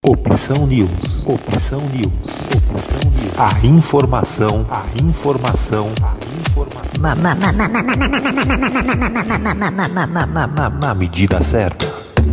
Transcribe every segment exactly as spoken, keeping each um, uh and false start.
Opção News, Opção News, Opção News. A informação, a informação, a informação na, na, na, na, na, na, na, na, na, na, na, na medida certa.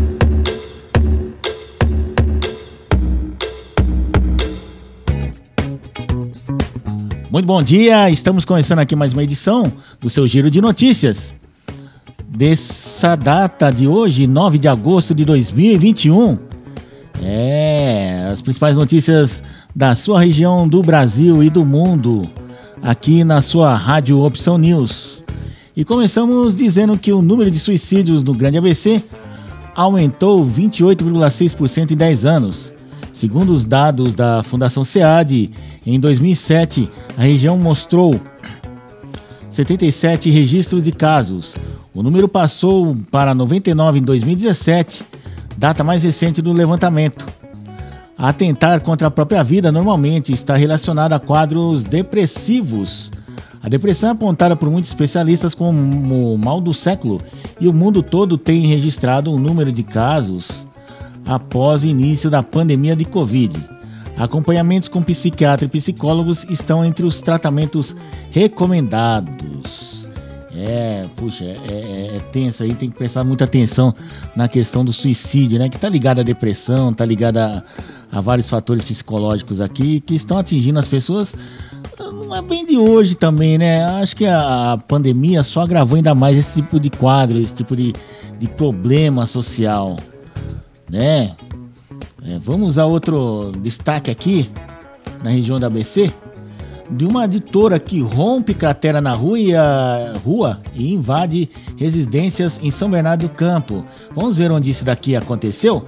Muito bom dia, estamos começando aqui mais uma edição do seu Giro de Notícias. Dessa data de hoje, nove de agosto de dois mil e vinte e um. É, as principais notícias da sua região, do Brasil e do mundo, aqui na sua Rádio Opção News. E começamos dizendo que o número de suicídios no Grande A B C aumentou vinte e oito vírgula seis por cento em dez anos. Segundo os dados da Fundação SEAD, em dois mil e sete, a região mostrou setenta e sete registros de casos. O número passou para noventa e nove em dois mil e dezessete, data mais recente do levantamento. Atentar contra a própria vida normalmente está relacionado a quadros depressivos. A depressão é apontada por muitos especialistas como o mal do século e o mundo todo tem registrado um número de casos após o início da pandemia de Covid. Acompanhamentos com psiquiatra e psicólogos estão entre os tratamentos recomendados. É, puxa, é, é, é tenso aí, tem que prestar muita atenção na questão do suicídio, né? Que tá ligado à depressão, tá ligado a, a vários fatores psicológicos aqui que estão atingindo as pessoas. Não é bem de hoje também, né? Acho que a, a pandemia só agravou ainda mais esse tipo de quadro, esse tipo de, de problema social, né? É, vamos a outro destaque aqui, na região da A B C, de uma editora que rompe cratera na rua e, a, rua e invade residências em São Bernardo do Campo. Vamos ver onde isso daqui aconteceu?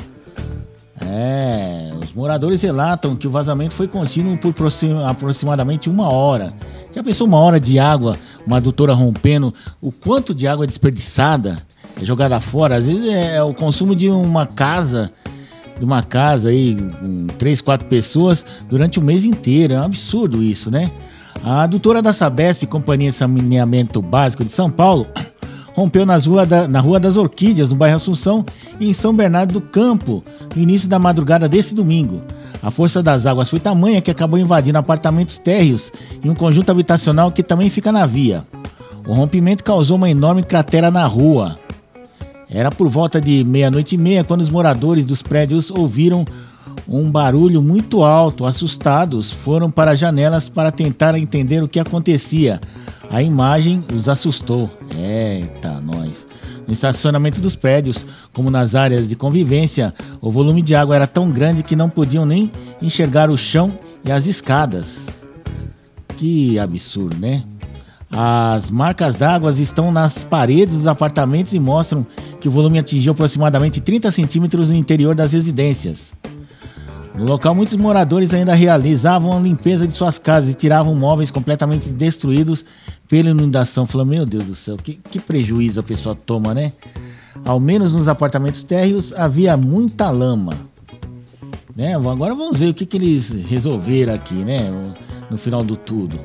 É, os moradores relatam que o vazamento foi contínuo por aproximadamente uma hora. Já pensou uma hora de água, uma adutora rompendo, o quanto de água é desperdiçada, é jogada fora? Às vezes é o consumo de uma casa... de uma casa aí com três, quatro pessoas durante o mês inteiro. É um absurdo isso, né? A adutora da Sabesp, Companhia de Saneamento Básico de São Paulo, rompeu nas rua da, na Rua das Orquídeas, no bairro Assunção, e em São Bernardo do Campo, no início da madrugada desse domingo. A força das águas foi tamanha que acabou invadindo apartamentos térreos e um conjunto habitacional que também fica na via. O rompimento causou uma enorme cratera na rua. Era por volta de meia-noite e meia quando os moradores dos prédios ouviram um barulho muito alto. Assustados, foram para as janelas para tentar entender o que acontecia. A imagem os assustou. Eita, nós. No estacionamento dos prédios, como nas áreas de convivência, o volume de água era tão grande que não podiam nem enxergar o chão e as escadas. Que absurdo, né? As marcas d'água estão nas paredes dos apartamentos e mostram que o volume atingiu aproximadamente trinta centímetros no interior das residências. No local, muitos moradores ainda realizavam a limpeza de suas casas e tiravam móveis completamente destruídos pela inundação. Falando, meu Deus do céu, que, que prejuízo a pessoa toma, né? Ao menos nos apartamentos térreos havia muita lama, né? Agora vamos ver o que, que eles resolveram aqui, né? No final do tudo.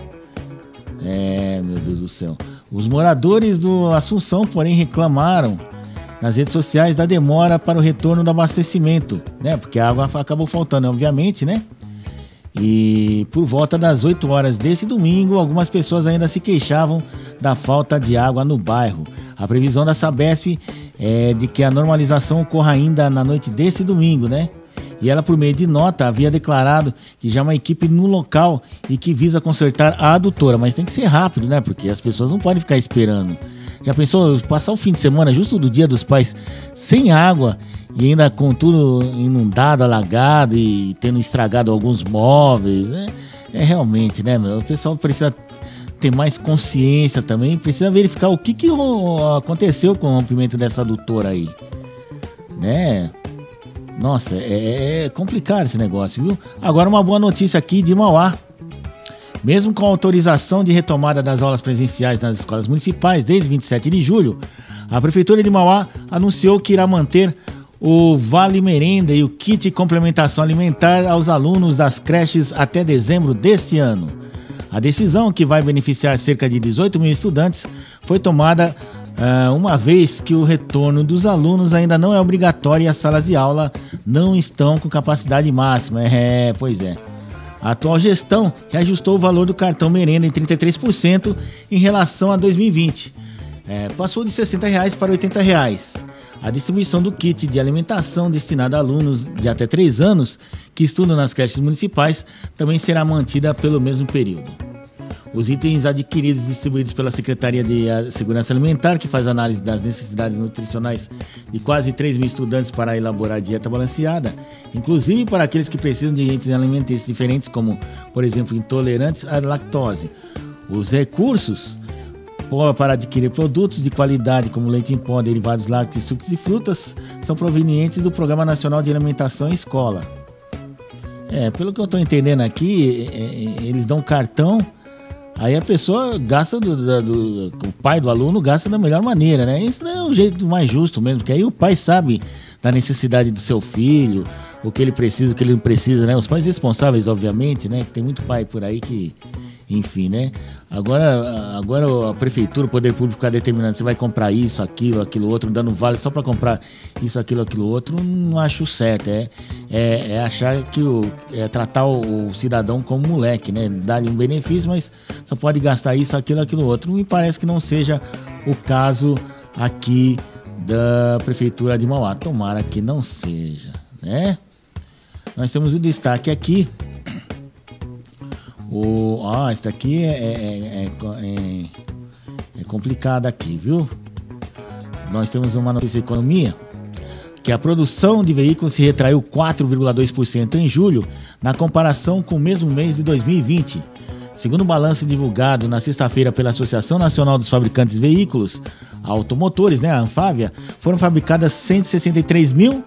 É, meu Deus do céu. Os moradores do Assunção, porém, reclamaram nas redes sociais da demora para o retorno do abastecimento, né? Porque a água acabou faltando, obviamente, né? E por volta das oito horas desse domingo, algumas pessoas ainda se queixavam da falta de água no bairro. A previsão da Sabesp é de que a normalização ocorra ainda na noite desse domingo, né? E ela, por meio de nota, havia declarado que já há uma equipe no local e que visa consertar a adutora. Mas tem que ser rápido, né? Porque as pessoas não podem ficar esperando. Já pensou passar o fim de semana justo do Dia dos Pais sem água e ainda com tudo inundado, alagado e tendo estragado alguns móveis? É, é realmente, né, meu? O pessoal precisa ter mais consciência também, precisa verificar o que, que aconteceu com o rompimento dessa adutora aí, né? Nossa, é, é complicado esse negócio, viu? Agora uma boa notícia aqui de Mauá. Mesmo com a autorização de retomada das aulas presenciais nas escolas municipais desde vinte e sete de julho, a Prefeitura de Mauá anunciou que irá manter o Vale Merenda e o kit complementação alimentar aos alunos das creches até dezembro deste ano. A decisão, que vai beneficiar cerca de dezoito mil estudantes, foi tomada Uh, uma vez que o retorno dos alunos ainda não é obrigatório e as salas de aula não estão com capacidade máxima. É, pois é. A atual gestão reajustou o valor do cartão merenda em trinta e três por cento em relação a dois mil e vinte. É, passou de sessenta reais para oitenta reais. A distribuição do kit de alimentação destinado a alunos de até três anos que estudam nas creches municipais também será mantida pelo mesmo período. Os itens adquiridos e distribuídos pela Secretaria de Segurança Alimentar, que faz análise das necessidades nutricionais de quase três mil estudantes para elaborar a dieta balanceada, inclusive para aqueles que precisam de itens alimentícios diferentes, como, por exemplo, intolerantes à lactose. Os recursos para adquirir produtos de qualidade, como leite em pó, derivados lácteos, sucos e frutas, são provenientes do Programa Nacional de Alimentação em Escola. É, pelo que eu estou entendendo aqui, eles dão cartão. Aí a pessoa gasta, do, do, do, o pai do aluno gasta da melhor maneira, né? Isso é o jeito mais justo mesmo, porque aí o pai sabe da necessidade do seu filho, o que ele precisa, o que ele não precisa, né? Os pais responsáveis, obviamente, né? Tem muito pai por aí que, enfim, né? Agora, agora a prefeitura, o poder público ficar determinando se vai comprar isso, aquilo, aquilo outro, dando vale só para comprar isso, aquilo, aquilo outro, não acho certo. É, é, é achar que o, é tratar o, o cidadão como moleque, né? Dar-lhe um benefício, mas só pode gastar isso, aquilo, aquilo outro. Me parece que não seja o caso aqui da prefeitura de Mauá. Tomara que não seja, né? Nós temos o destaque aqui. O, ah, isso daqui é, é, é, é, é complicado aqui, viu? Nós temos uma notícia de economia, que a produção de veículos se retraiu quatro vírgula dois por cento em julho, na comparação com o mesmo mês de dois mil e vinte. Segundo o balanço divulgado na sexta-feira pela Associação Nacional dos Fabricantes de Veículos Automotores, né, a Anfávia, foram fabricadas cento e sessenta e três mil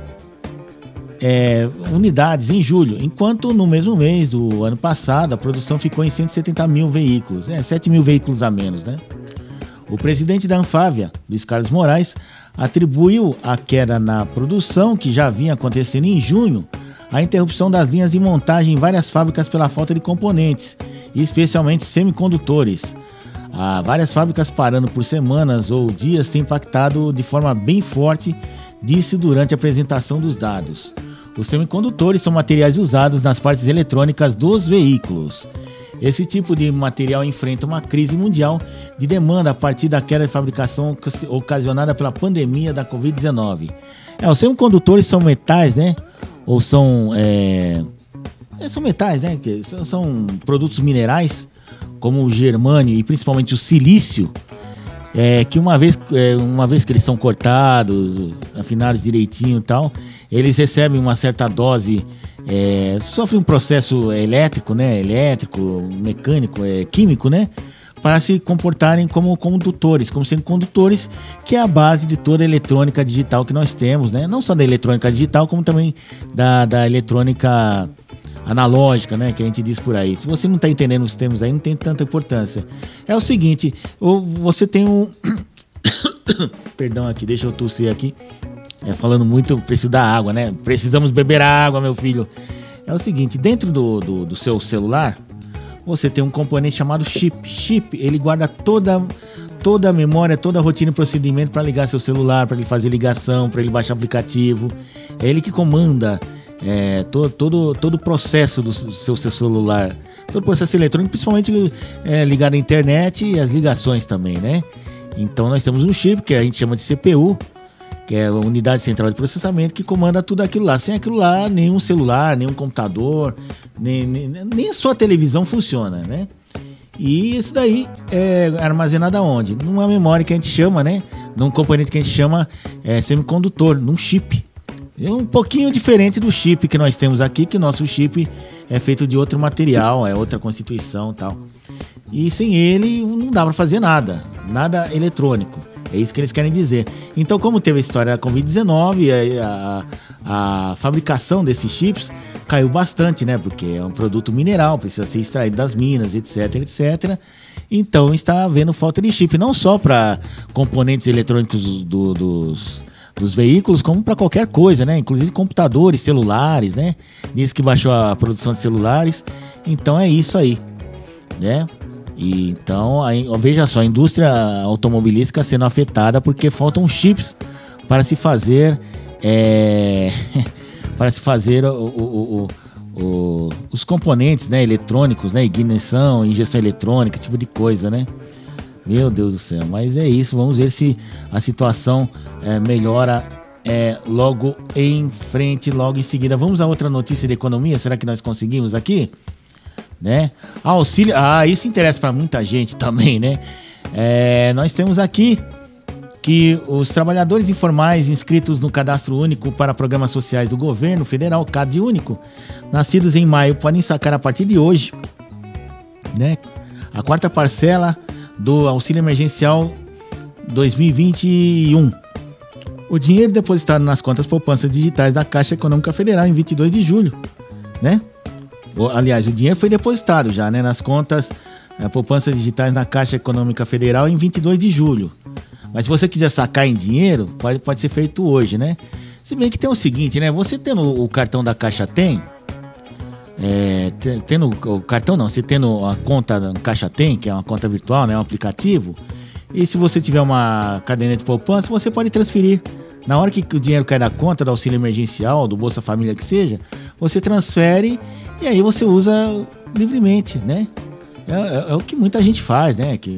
É, unidades em julho, enquanto no mesmo mês do ano passado a produção ficou em cento e setenta mil veículos, é, sete mil veículos a menos, né? O presidente da Anfávia, Luiz Carlos Moraes, atribuiu a queda na produção, que já vinha acontecendo em junho, à interrupção das linhas de montagem em várias fábricas pela falta de componentes, especialmente semicondutores. Há várias fábricas parando por semanas ou dias tem impactado de forma bem forte, disse durante a apresentação dos dados. Os semicondutores são materiais usados nas partes eletrônicas dos veículos. Esse tipo de material enfrenta uma crise mundial de demanda a partir da queda de fabricação ocasionada pela pandemia da covid dezenove. É, os semicondutores são metais, né? Ou são... É... São metais, né? Que são, são produtos minerais, como o germânio e principalmente o silício, É, que uma vez, é, uma vez que eles são cortados, afinados direitinho e tal, eles recebem uma certa dose, é, sofrem um processo elétrico, né, elétrico, mecânico, é, químico, né, para se comportarem como condutores, como sendo condutores, que é a base de toda a eletrônica digital que nós temos, né, não só da eletrônica digital, como também da, da eletrônica analógica, né, que a gente diz por aí. Se você não está entendendo os termos aí, não tem tanta importância. É o seguinte, você tem um... Perdão aqui, deixa eu tossir aqui. É, falando muito, preciso da água, né? Precisamos beber água, meu filho. É o seguinte, dentro do, do, do seu celular, você tem um componente chamado chip. Chip, ele guarda toda... toda a memória, toda a rotina e procedimento para ligar seu celular, para ele fazer ligação, para ele baixar aplicativo. É ele que comanda é, todo, todo, todo o processo do seu, seu celular, todo o processo eletrônico, principalmente é, ligado à internet e as ligações também, né? Então nós temos um chip que a gente chama de C P U, que é a unidade central de processamento, que comanda tudo aquilo lá. Sem aquilo lá, nenhum celular, nenhum computador, nem, nem, nem a sua televisão funciona, né? E isso daí é armazenado aonde? Numa memória que a gente chama, né? Num componente que a gente chama é, semicondutor, num chip. É um pouquinho diferente do chip que nós temos aqui, que o nosso chip é feito de outro material, é outra constituição e tal. E sem ele não dá para fazer nada, nada eletrônico. É isso que eles querem dizer. Então, como teve a história da covid dezenove, a, a, a fabricação desses chips caiu bastante, né? Porque é um produto mineral, precisa ser extraído das minas, etc, etcétera. Então, está havendo falta de chip, não só para componentes eletrônicos do, dos, dos veículos, como para qualquer coisa, né? Inclusive computadores, celulares, né? Diz que baixou a produção de celulares. Então, é isso aí, né? E então, aí, ó, veja só, a indústria automobilística sendo afetada porque faltam chips para se fazer é, para se fazer o, o, o, o, os componentes, né, eletrônicos, né, ignição, injeção eletrônica, esse tipo de coisa, né? Meu Deus do céu, mas é isso, vamos ver se a situação é, melhora é, logo em frente, logo em seguida. Vamos a outra notícia de economia, será que nós conseguimos aqui? Né? Auxílio, ah, isso interessa para muita gente também, né? É, nós temos aqui que os trabalhadores informais inscritos no Cadastro Único para Programas Sociais do Governo Federal, CAD Único, nascidos em maio, podem sacar a partir de hoje, né, a quarta parcela do Auxílio Emergencial dois mil e vinte e um. O dinheiro depositado nas contas poupanças digitais da Caixa Econômica Federal em vinte e dois de julho, né? Aliás, o dinheiro foi depositado já, né, nas contas é, poupanças digitais na Caixa Econômica Federal em vinte e dois de julho. Mas se você quiser sacar em dinheiro, pode, pode ser feito hoje, né? Se bem que tem o seguinte, né? Você tendo o cartão da Caixa Tem, é, tendo o cartão não, você tendo a conta da Caixa Tem, que é uma conta virtual, né, um aplicativo, e se você tiver uma caderneta de poupança, você pode transferir. Na hora que o dinheiro cai da conta do auxílio emergencial, do Bolsa Família que seja, você transfere e aí você usa livremente, né? É, é, é o que muita gente faz, né? Que,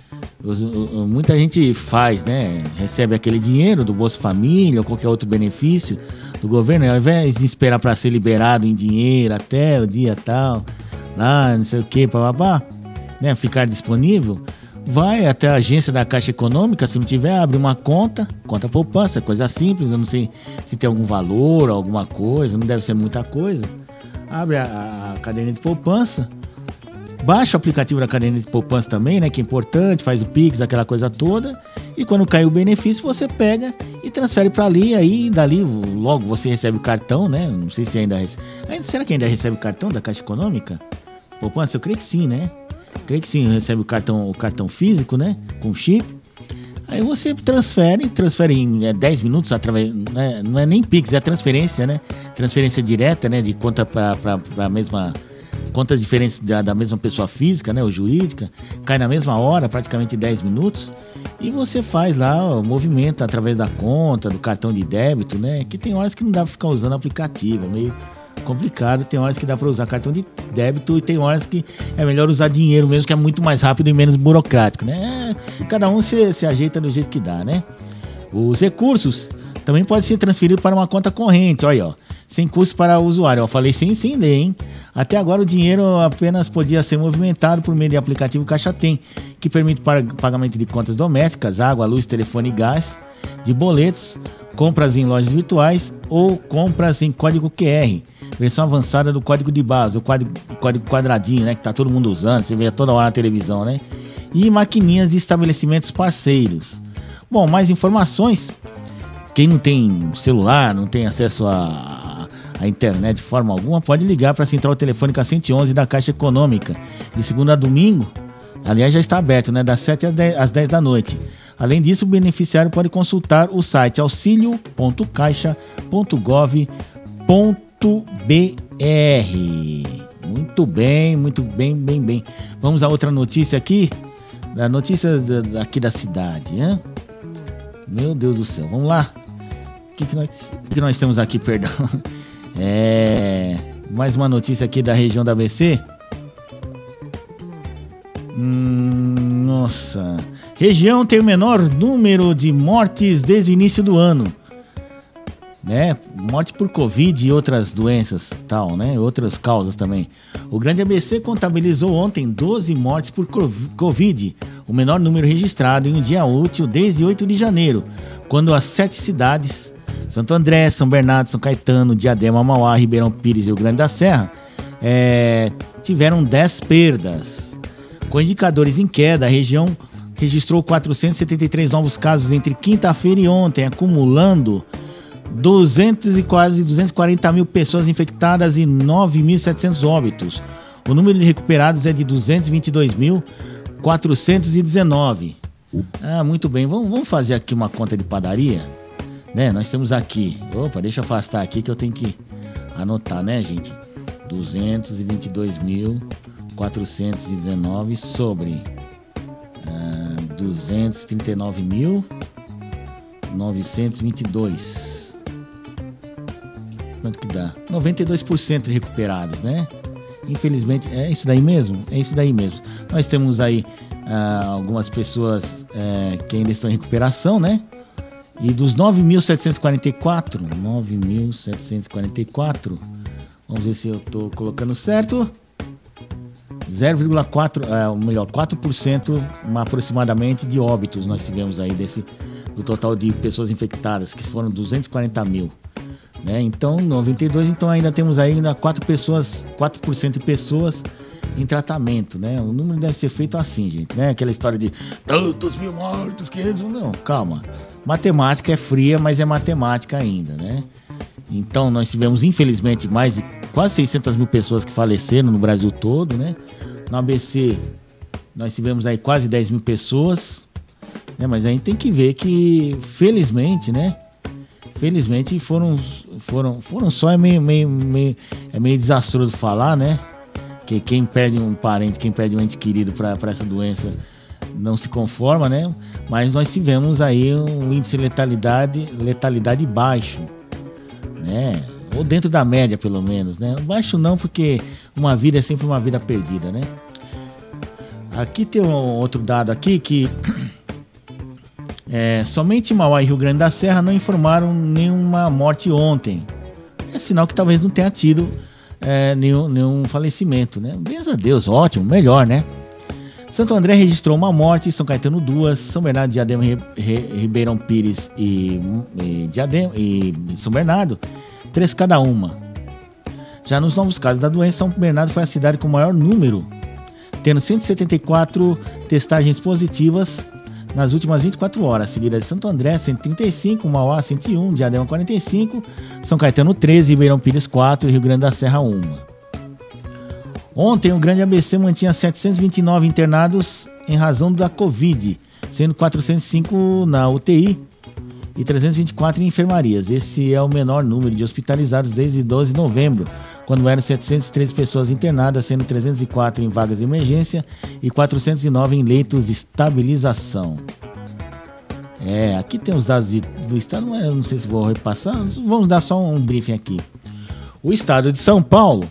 muita gente faz, né? Recebe aquele dinheiro do Bolsa Família ou qualquer outro benefício do governo, ao invés de esperar para ser liberado em dinheiro até o dia tal, lá, não sei o que, papapá, né? Ficar disponível. Vai até a agência da Caixa Econômica, se não tiver, abre uma conta, conta poupança, coisa simples, eu não sei se tem algum valor, alguma coisa, não deve ser muita coisa. Abre a, a caderneta de poupança, baixa o aplicativo da caderneta de poupança também, né, que é importante, faz o Pix, aquela coisa toda, e quando cai o benefício, você pega e transfere para ali, aí dali logo você recebe o cartão, né, não sei se ainda recebe, será que ainda recebe o cartão da Caixa Econômica? Poupança, eu creio que sim, né? Creio que sim, recebe o cartão, o cartão físico, né? Com chip. Aí você transfere, transfere em é, dez minutos através. Né, não é nem Pix, é transferência, né? Transferência direta, né? De conta para a mesma. Contas diferentes da, da mesma pessoa física, né? Ou jurídica. Cai na mesma hora, praticamente dez minutos. E você faz lá o movimento através da conta, do cartão de débito, né? Que tem horas que não dá para ficar usando aplicativo, é meio complicado, tem horas que dá para usar cartão de débito e tem horas que é melhor usar dinheiro mesmo, que é muito mais rápido e menos burocrático, né? É, cada um se, se ajeita do jeito que dá, né? Os recursos também podem ser transferidos para uma conta corrente, olha aí, ó, sem custo para o usuário. Eu falei sem, sem ler, hein? Até agora o dinheiro apenas podia ser movimentado por meio de aplicativo Caixa Tem, que permite pagamento de contas domésticas, água, luz, telefone e gás, de boletos, compras em lojas virtuais ou compras em código Q R, versão avançada do código de base, o código, código quadradinho, né, que tá todo mundo usando, você vê toda hora na televisão, né, e maquininhas de estabelecimentos parceiros. Bom, mais informações, quem não tem celular, não tem acesso a, a internet de forma alguma, pode ligar para a Central Telefônica cento e onze da Caixa Econômica, de segunda a domingo, aliás já está aberto, né, das sete às dez da noite. Além disso, o beneficiário pode consultar o site auxilio ponto caixa ponto gov ponto br. Muito bem, muito bem, bem, bem. Vamos a outra notícia aqui, da notícia aqui da cidade, né? Meu Deus do céu, vamos lá. O que, que, nós, que nós temos aqui, perdão? É, mais uma notícia aqui da região da A B C. Hum, nossa... Região tem o menor número de mortes desde o início do ano, né? Morte por Covid e outras doenças, tal, né? Outras causas também. O Grande A B C contabilizou ontem doze mortes por Covid, o menor número registrado em um dia útil desde oito de janeiro, quando as sete cidades, Santo André, São Bernardo, São Caetano, Diadema, Mauá, Ribeirão Pires e Rio Grande da Serra, é, tiveram dez perdas. Com indicadores em queda, a região registrou quatrocentos e setenta e três novos casos entre quinta-feira e ontem, acumulando duzentos e quase duzentos e quarenta mil pessoas infectadas e nove mil e setecentos óbitos. O número de recuperados é de duzentos e vinte e dois mil quatrocentos e dezenove. Ah, muito bem. Vamos, vamos fazer aqui uma conta de padaria, né? Nós temos aqui... Opa, deixa eu afastar aqui que eu tenho que anotar, né, gente? duzentos e vinte e dois mil quatrocentos e dezenove sobre uh, duzentos e trinta e nove mil novecentos e vinte e dois. Quanto que dá? noventa e dois por cento recuperados, né? Infelizmente, é isso daí mesmo? É isso daí mesmo. Nós temos aí uh, algumas pessoas uh, que ainda estão em recuperação, né? E dos nove mil setecentos e quarenta e quatro, nove mil setecentos e quarenta e quatro, vamos ver se eu estou colocando certo. zero vírgula quatro, é, ou melhor, quatro por cento uma, aproximadamente de óbitos nós tivemos aí desse, do total de pessoas infectadas, que foram duzentos e quarenta mil. Né? Então, noventa e dois, então ainda temos aí ainda quatro pessoas, quatro por cento de pessoas em tratamento, né? O número deve ser feito assim, gente, né? Aquela história de tantos mil mortos, quinhentos, não, calma. Matemática é fria, mas é matemática ainda, né? Então, nós tivemos, infelizmente, mais de quase seiscentas mil pessoas que faleceram no Brasil todo, né? No A B C, nós tivemos aí quase dez mil pessoas, né? Mas a gente tem que ver que, felizmente, né? Felizmente, foram, foram, foram só, é meio, meio, meio, é meio desastroso falar, né? Que quem perde um parente, quem perde um ente querido para essa doença não se conforma, né? Mas nós tivemos aí um índice de letalidade, letalidade baixo, né? Ou dentro da média, pelo menos, né? Baixo não, porque uma vida é sempre uma vida perdida, né? Aqui tem um outro dado aqui que é, somente Mauá e Rio Grande da Serra não informaram nenhuma morte ontem. É sinal que talvez não tenha tido é, nenhum, nenhum falecimento, né? Graças a Deus, ótimo, melhor, né? Santo André registrou uma morte, São Caetano duas, São Bernardo, Diadema, Ribeirão Pires e, e, Diadema, e São Bernardo, três cada uma. Já nos novos casos da doença, São Bernardo foi a cidade com o maior número, tendo cento e setenta e quatro testagens positivas nas últimas vinte e quatro horas, seguida de Santo André, cento e trinta e cinco, Mauá, cento e um, Diadema, quarenta e cinco, São Caetano, treze, Ribeirão Pires, quatro e Rio Grande da Serra, uma. Ontem, o Grande A B C mantinha setecentos e vinte e nove internados em razão da Covid, sendo quatrocentos e cinco na U T I e trezentos e vinte e quatro em enfermarias. Esse é o menor número de hospitalizados desde doze de novembro, quando eram setecentas e três pessoas internadas, sendo trezentos e quatro em vagas de emergência e quatrocentos e nove em leitos de estabilização. É, aqui tem os dados de, do estado, não, é, não sei se vou repassar, vamos dar só um briefing aqui. O estado de São Paulo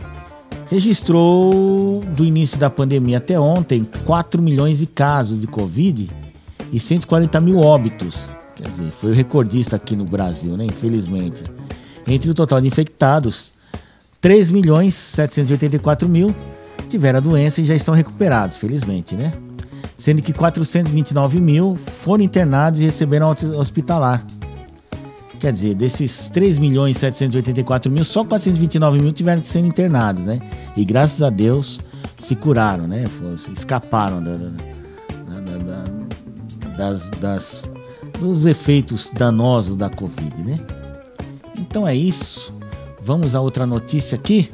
registrou, do início da pandemia até ontem, quatro milhões de casos de Covid e cento e quarenta mil óbitos. Quer dizer, foi o recordista aqui no Brasil, né? Infelizmente. Entre o total de infectados, três milhões setecentos e oitenta e quatro mil tiveram a doença e já estão recuperados, felizmente, né? Sendo que quatrocentos e vinte e nove mil foram internados e receberam alta hospitalar. Quer dizer, desses três milhões setecentos e oitenta e quatro mil, só quatrocentos e vinte e nove mil tiveram que ser internados, né? E graças a Deus se curaram, né? Escaparam da, da, da, da, das, das, dos efeitos danosos da Covid, né? Então é isso. Vamos a outra notícia aqui.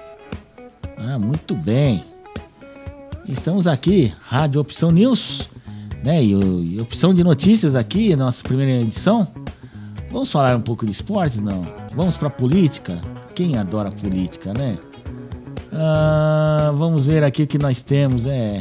Ah, muito bem. Estamos aqui, Rádio Opção News, né? E, e Opção de Notícias aqui, nossa primeira edição. Vamos falar um pouco de esportes, não? Vamos para política? Quem adora política, né? Ah, vamos ver aqui o que nós temos, é,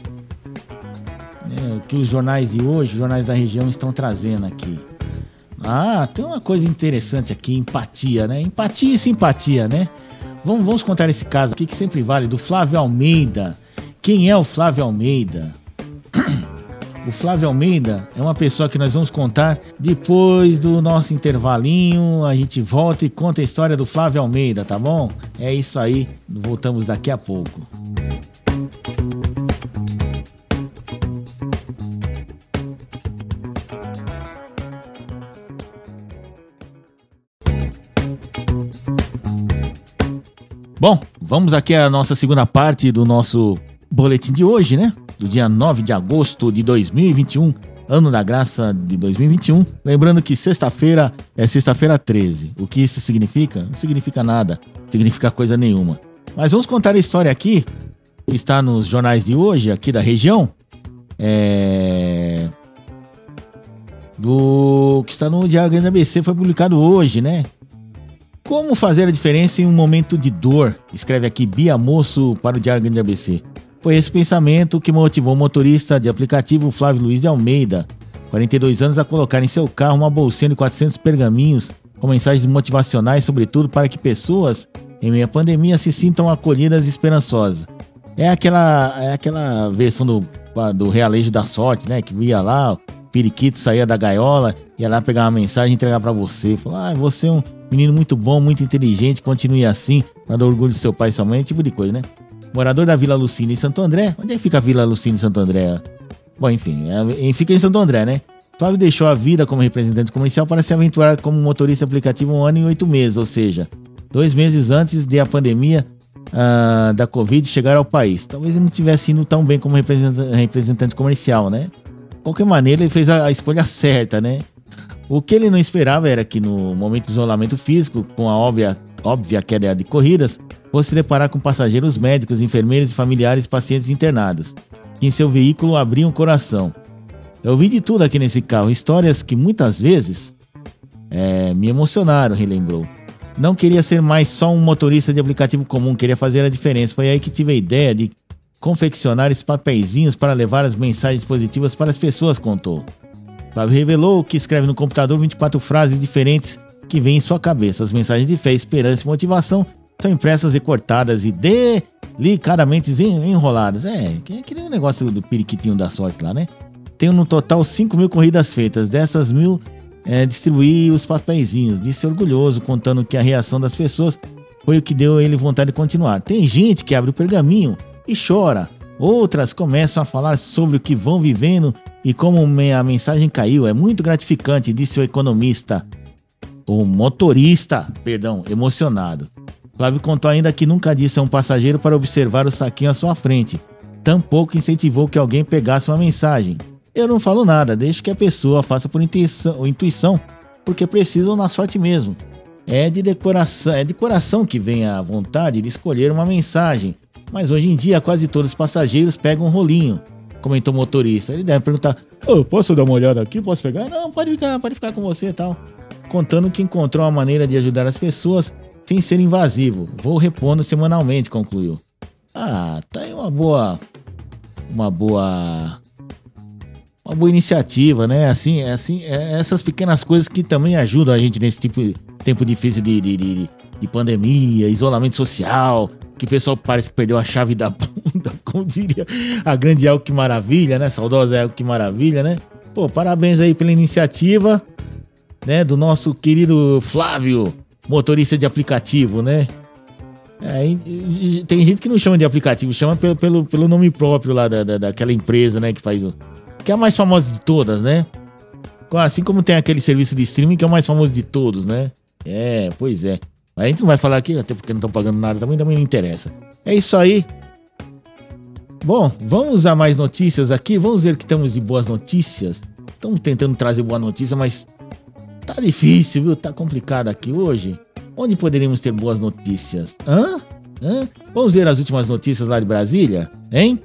é o que os jornais de hoje, os jornais da região estão trazendo aqui. Ah, tem uma coisa interessante aqui, empatia, né? Empatia e simpatia, né? Vamos, vamos contar esse caso aqui que sempre vale, do Flávio Almeida. Quem é o Flávio Almeida? O Flávio Almeida é uma pessoa que nós vamos contar depois do nosso intervalinho. A gente volta e conta a história do Flávio Almeida, tá bom? É isso aí, voltamos daqui a pouco. Bom, vamos aqui à nossa segunda parte do nosso boletim de hoje, né? Do dia nove de agosto de dois mil e vinte e um, ano da graça de dois mil e vinte e um. Lembrando que sexta-feira é sexta-feira treze. O que isso significa? Não significa nada, não significa coisa nenhuma. Mas vamos contar a história aqui, que está nos jornais de hoje, aqui da região. É... Do que está no Diário Grande A B C, foi publicado hoje, né? Como fazer a diferença em um momento de dor? Escreve aqui Bia Moço para o Diário Grande A B C. Foi esse pensamento que motivou o motorista de aplicativo Flávio Luiz de Almeida, quarenta e dois anos, a colocar em seu carro uma bolsinha de quatrocentos pergaminhos com mensagens motivacionais, sobretudo para que pessoas, em meio à pandemia, se sintam acolhidas e esperançosas. É aquela, é aquela versão do, do Realejo da Sorte, né? Que ia lá, o periquito saía da gaiola, ia lá pegar uma mensagem e entregar para você. Falar, ah, você é um menino muito bom, muito inteligente, continue assim, para dar orgulho do seu pai e sua mãe, tipo de coisa, né? Morador da Vila Lucina em Santo André. Onde é que fica a Vila Lucina em Santo André? Bom, enfim, é, fica em Santo André, né? Flávio deixou a vida como representante comercial para se aventurar como motorista aplicativo um ano e oito meses, ou seja, dois meses antes de a pandemia uh, da Covid chegar ao país. Talvez ele não tivesse indo tão bem como representante, representante comercial, né? De qualquer maneira, ele fez a, a escolha certa, né? O que ele não esperava era que no momento de isolamento físico, com a óbvia, óbvia queda de corridas, fosse se deparar com passageiros médicos, enfermeiros e familiares de pacientes internados, que em seu veículo abriam o coração. Eu vi de tudo aqui nesse carro, histórias que muitas vezes é, me emocionaram, relembrou. Não queria ser mais só um motorista de aplicativo comum, queria fazer a diferença. Foi aí que tive a ideia de confeccionar esses papeizinhos para levar as mensagens positivas para as pessoas, contou. Flávio revelou que escreve no computador vinte e quatro frases diferentes que vêm em sua cabeça. As mensagens de fé, esperança e motivação são impressas e cortadas e delicadamente enroladas. É, que nem o negócio do periquitinho da sorte lá, né? Tenho no total cinco mil corridas feitas. Dessas mil, é, distribuí os papeizinhos. Disse orgulhoso, contando que a reação das pessoas foi o que deu a ele vontade de continuar. Tem gente que abre o pergaminho e chora. Outras começam a falar sobre o que vão vivendo e como a mensagem caiu. É muito gratificante, disse o economista. O motorista, perdão, emocionado. Flávio contou ainda que nunca disse a um passageiro para observar o saquinho à sua frente. Tampouco incentivou que alguém pegasse uma mensagem. Eu não falo nada, deixo que a pessoa faça por intuição, intuição porque precisam na sorte mesmo. É de, decoração, é de coração que vem a vontade de escolher uma mensagem. Mas hoje em dia quase todos os passageiros pegam um rolinho, comentou o motorista. Ele deve perguntar, oh, posso dar uma olhada aqui? Posso pegar? Não, pode ficar, pode ficar com você e tal. Contando que encontrou uma maneira de ajudar as pessoas sem ser invasivo. Vou repondo semanalmente, concluiu. Ah, tá aí uma boa... Uma boa... Uma boa iniciativa, né? Assim, é assim, é essas pequenas coisas que também ajudam a gente nesse tipo de tempo difícil de, de, de, de pandemia, isolamento social, que o pessoal parece que perdeu a chave da bunda, como diria a grande Elke Que Maravilha, né? Saudosa Elke Que Maravilha, né? Pô, parabéns aí pela iniciativa, né? Do nosso querido Flávio, motorista de aplicativo, né? É, tem gente que não chama de aplicativo, chama pelo, pelo, pelo nome próprio lá da, da, daquela empresa, né? Que faz o... Que é a mais famosa de todas, né? Assim como tem aquele serviço de streaming que é o mais famoso de todos, né? É, pois é. A gente não vai falar aqui, até porque não estão pagando nada também, também não interessa. É isso aí. Bom, vamos a mais notícias aqui. Vamos ver que estamos de boas notícias. Estamos tentando trazer boa notícia, mas tá difícil, viu? Tá complicado aqui hoje. Onde poderíamos ter boas notícias? Hã? Hã? Vamos ver as últimas notícias lá de Brasília? Hein?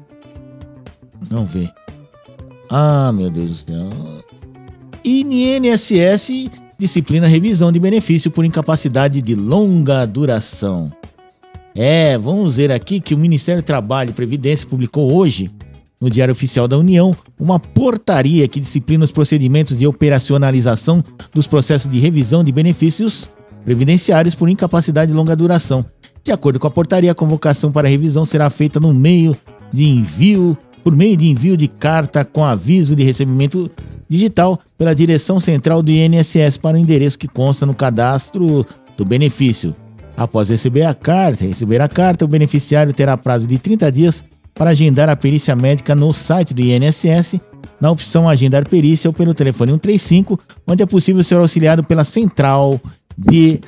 Vamos ver. Ah, meu Deus do céu. I N S S disciplina revisão de benefício por incapacidade de longa duração. É, vamos ver aqui que o Ministério do Trabalho e Previdência publicou hoje, no Diário Oficial da União, uma portaria que disciplina os procedimentos de operacionalização dos processos de revisão de benefícios previdenciários por incapacidade de longa duração. De acordo com a portaria, a convocação para a revisão será feita no meio de envio por meio de envio de carta com aviso de recebimento digital pela Direção Central do I N S S para o endereço que consta no cadastro do benefício. Após receber a carta, receber a carta, o beneficiário terá prazo de trinta dias para agendar a perícia médica no site do I N S S, na opção Agendar Perícia ou pelo telefone cento e trinta e cinco, onde é possível ser auxiliado pela Central de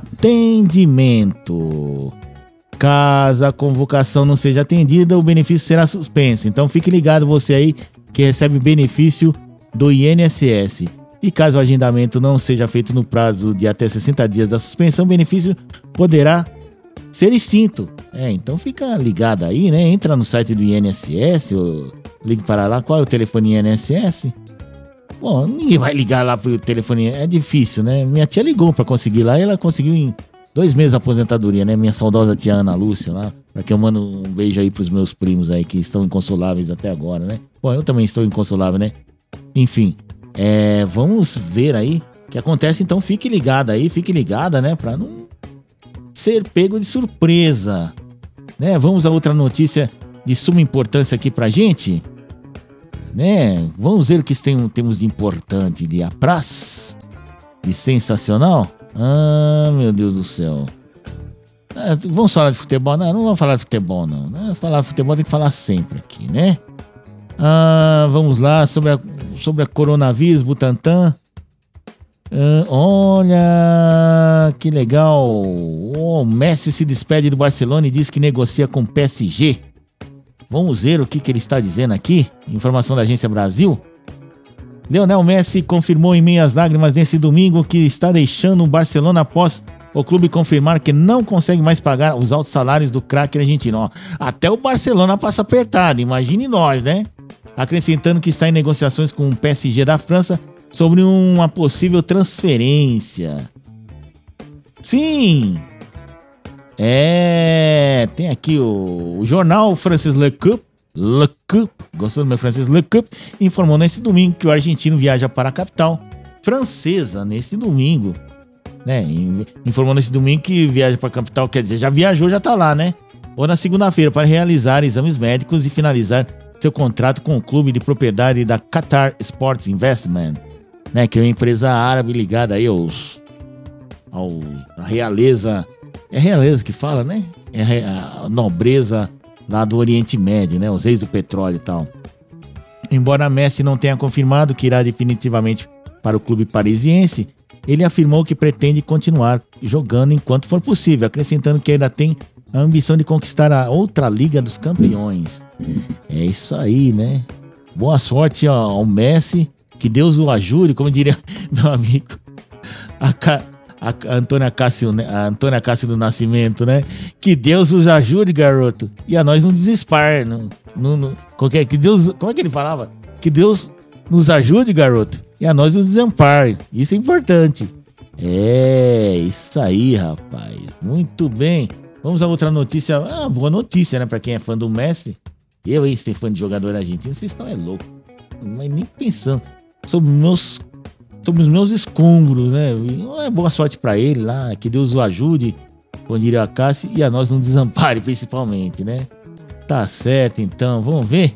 Atendimento. Caso a convocação não seja atendida, o benefício será suspenso. Então fique ligado você aí que recebe benefício do I N S S. E caso o agendamento não seja feito no prazo de até sessenta dias da suspensão, o benefício poderá ser extinto. É, então fica ligado aí, né? Entra no site do I N S S, ou ligue para lá. Qual é o telefone I N S S? Bom, ninguém vai ligar lá pro telefone, é difícil, né? Minha tia ligou pra conseguir lá e ela conseguiu em dois meses a aposentadoria, né? Minha saudosa tia Ana Lúcia lá, pra que eu mando um beijo aí pros meus primos aí que estão inconsoláveis até agora, né? Bom, eu também estou inconsolável, né? Enfim, é, vamos ver aí o que acontece, então fique ligado aí, fique ligada, né? Pra não ser pego de surpresa, né? Vamos a outra notícia de suma importância aqui pra gente, né? Vamos ver o que tem, temos de importante, de apraz, de sensacional. Ah, meu Deus do céu. Ah, vamos falar de futebol? Não, não vamos falar de futebol, não. não. Falar de futebol tem que falar sempre aqui, né? Ah, vamos lá, sobre a, sobre a coronavírus, Butantan. Ah, olha, que legal. O oh, Messi se despede do Barcelona e diz que negocia com o P S G. Vamos ver o que, que ele está dizendo aqui. Informação da Agência Brasil. Lionel Messi confirmou em meio às lágrimas nesse domingo que está deixando o Barcelona após o clube confirmar que não consegue mais pagar os altos salários do craque argentino. Ó, até o Barcelona passa apertado, imagine nós, né? Acrescentando que está em negociações com o P S G da França sobre uma possível transferência. Sim! É, tem aqui o, o jornal francês Le Coup, Le Coup, gostou do meu francês? Le Coup, informou nesse domingo que o argentino viaja para a capital francesa nesse domingo, né? Informou nesse domingo que viaja para a capital, quer dizer, já viajou, já tá lá, né? Ou na segunda-feira para realizar exames médicos e finalizar seu contrato com o clube de propriedade da Qatar Sports Investment, né? Que é uma empresa árabe ligada aí aos, ao, a realeza. É a realeza que fala, né? É a nobreza lá do Oriente Médio, né? Os reis do petróleo e tal. Embora Messi não tenha confirmado que irá definitivamente para o clube parisiense, ele afirmou que pretende continuar jogando enquanto for possível, acrescentando que ainda tem a ambição de conquistar a outra Liga dos Campeões. É isso aí, né? Boa sorte ao Messi, que Deus o ajude, como diria meu amigo a Ca... A Antônia Cássio, a Antônia Cássio do Nascimento, né? Que Deus os ajude, garoto. E a nós não desespar. Não, não, não, qualquer, que Deus, como é que ele falava? Que Deus nos ajude, garoto. E a nós nos desampare. Isso é importante. É, isso aí, rapaz. Muito bem. Vamos a outra notícia. Ah, boa notícia, né? Pra quem é fã do Messi. Eu, hein, ser fã de jogador argentino, vocês estão é louco. Mas nem pensando. Sobre meus... Sobre os meus escombros, né? É boa sorte pra ele lá, que Deus o ajude, como diria a Cássio, e a nós não desampare, principalmente, né? Tá certo, então, vamos ver?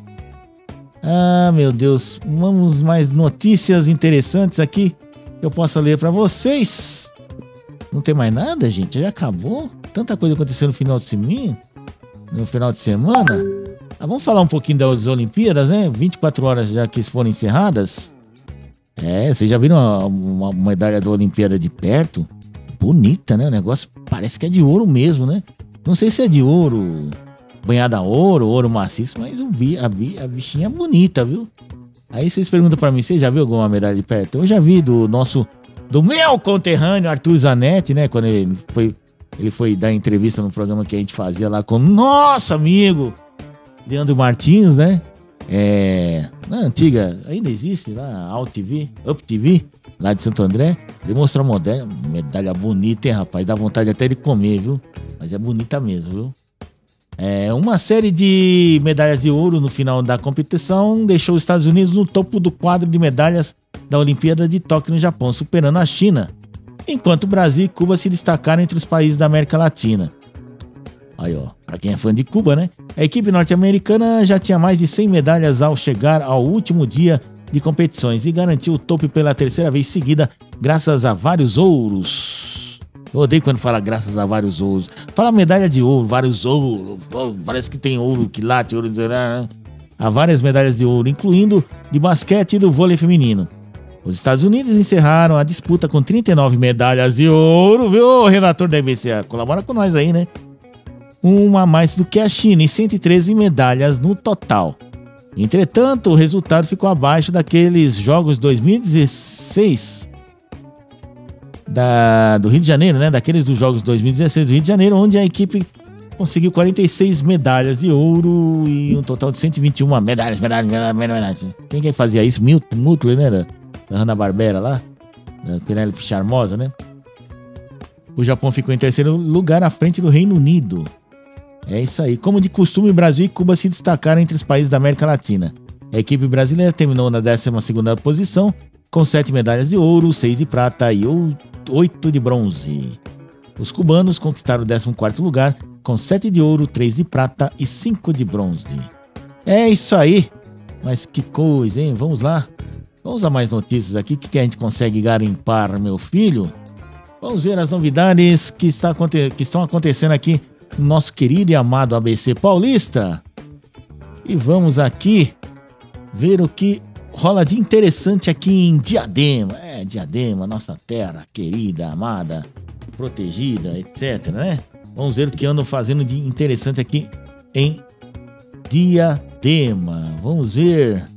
Ah, meu Deus, vamos mais notícias interessantes aqui que eu possa ler pra vocês. Não tem mais nada, gente? Já acabou? Tanta coisa aconteceu no final de semana? No final de semana? Ah, vamos falar um pouquinho das Olimpíadas, né? vinte e quatro horas já que foram encerradas. É, vocês já viram uma, uma medalha da Olimpíada de perto? Bonita, né? O negócio parece que é de ouro mesmo, né? Não sei se é de ouro, banhada a ouro, ouro maciço, mas eu vi, a, a bichinha é bonita, viu? Aí vocês perguntam pra mim, você já viu alguma medalha de perto? Eu já vi do nosso, do meu conterrâneo Arthur Zanetti, né? Quando ele foi, ele foi dar entrevista no programa que a gente fazia lá com o nosso amigo Leandro Martins, né? É, na antiga, ainda existe lá, Alt T V, Up T V, lá de Santo André. Ele mostrou uma medalha, medalha bonita, hein, rapaz? Dá vontade até de comer, viu? Mas é bonita mesmo, viu? É, uma série de medalhas de ouro no final da competição deixou os Estados Unidos no topo do quadro de medalhas da Olimpíada de Tóquio no Japão, superando a China, enquanto o Brasil e Cuba se destacaram entre os países da América Latina. Aí, ó, pra quem é fã de Cuba, né? A equipe norte-americana já tinha mais de cem medalhas ao chegar ao último dia de competições e garantiu o topo pela terceira vez seguida, graças a vários ouros. Eu odeio quando fala graças a vários ouros. Fala medalha de ouro, vários ouros. Parece que tem ouro, quilate, ouro. Há várias medalhas de ouro, incluindo de basquete e do vôlei feminino. Os Estados Unidos encerraram a disputa com trinta e nove medalhas de ouro, viu? O redator da I B C A colabora com nós aí, né? Uma a mais do que a China e cento e treze medalhas no total. Entretanto, o resultado ficou abaixo daqueles Jogos dois mil e dezesseis da, do Rio de Janeiro, né? Daqueles dos Jogos dois mil e dezesseis do Rio de Janeiro, onde a equipe conseguiu quarenta e seis medalhas de ouro e um total de cento e vinte e uma medalhas, medalhas, medalhas, medalhas. Quem que fazia isso? Milton Mutler, né? da Hanna-Barbera lá, da Penélope Charmosa, né? O Japão ficou em terceiro lugar à frente do Reino Unido. É isso aí. Como de costume, Brasil e Cuba se destacaram entre os países da América Latina. A equipe brasileira terminou na décima segunda posição, com sete medalhas de ouro, seis de prata e oito de bronze. Os cubanos conquistaram o décimo quarto lugar, com sete de ouro, três de prata e cinco de bronze. É isso aí. Mas que coisa, hein? Vamos lá. Vamos a mais notícias aqui. O que, que a gente consegue garimpar, meu filho? Vamos ver as novidades que, está, que estão acontecendo aqui no nosso querido e amado A B C Paulista. E vamos aqui ver o que rola de interessante aqui em Diadema. É, Diadema, nossa terra querida, amada, protegida, etc, né? Vamos ver o que andam fazendo de interessante aqui em Diadema. Vamos ver.